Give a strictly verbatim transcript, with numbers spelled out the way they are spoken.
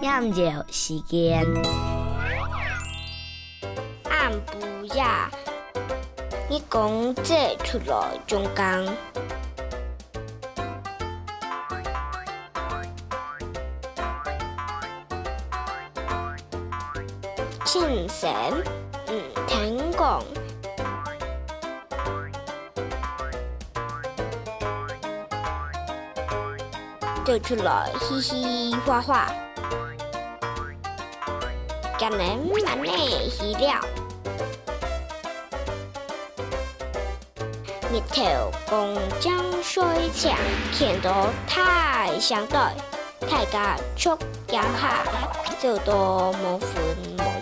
念着时间。 按不呀，你讲这出来中间，清晨唔听讲。就出来嘻嘻哈哈，今年蛮内戏了。日头公将水车看到太相对，大家足脚下，就到无分无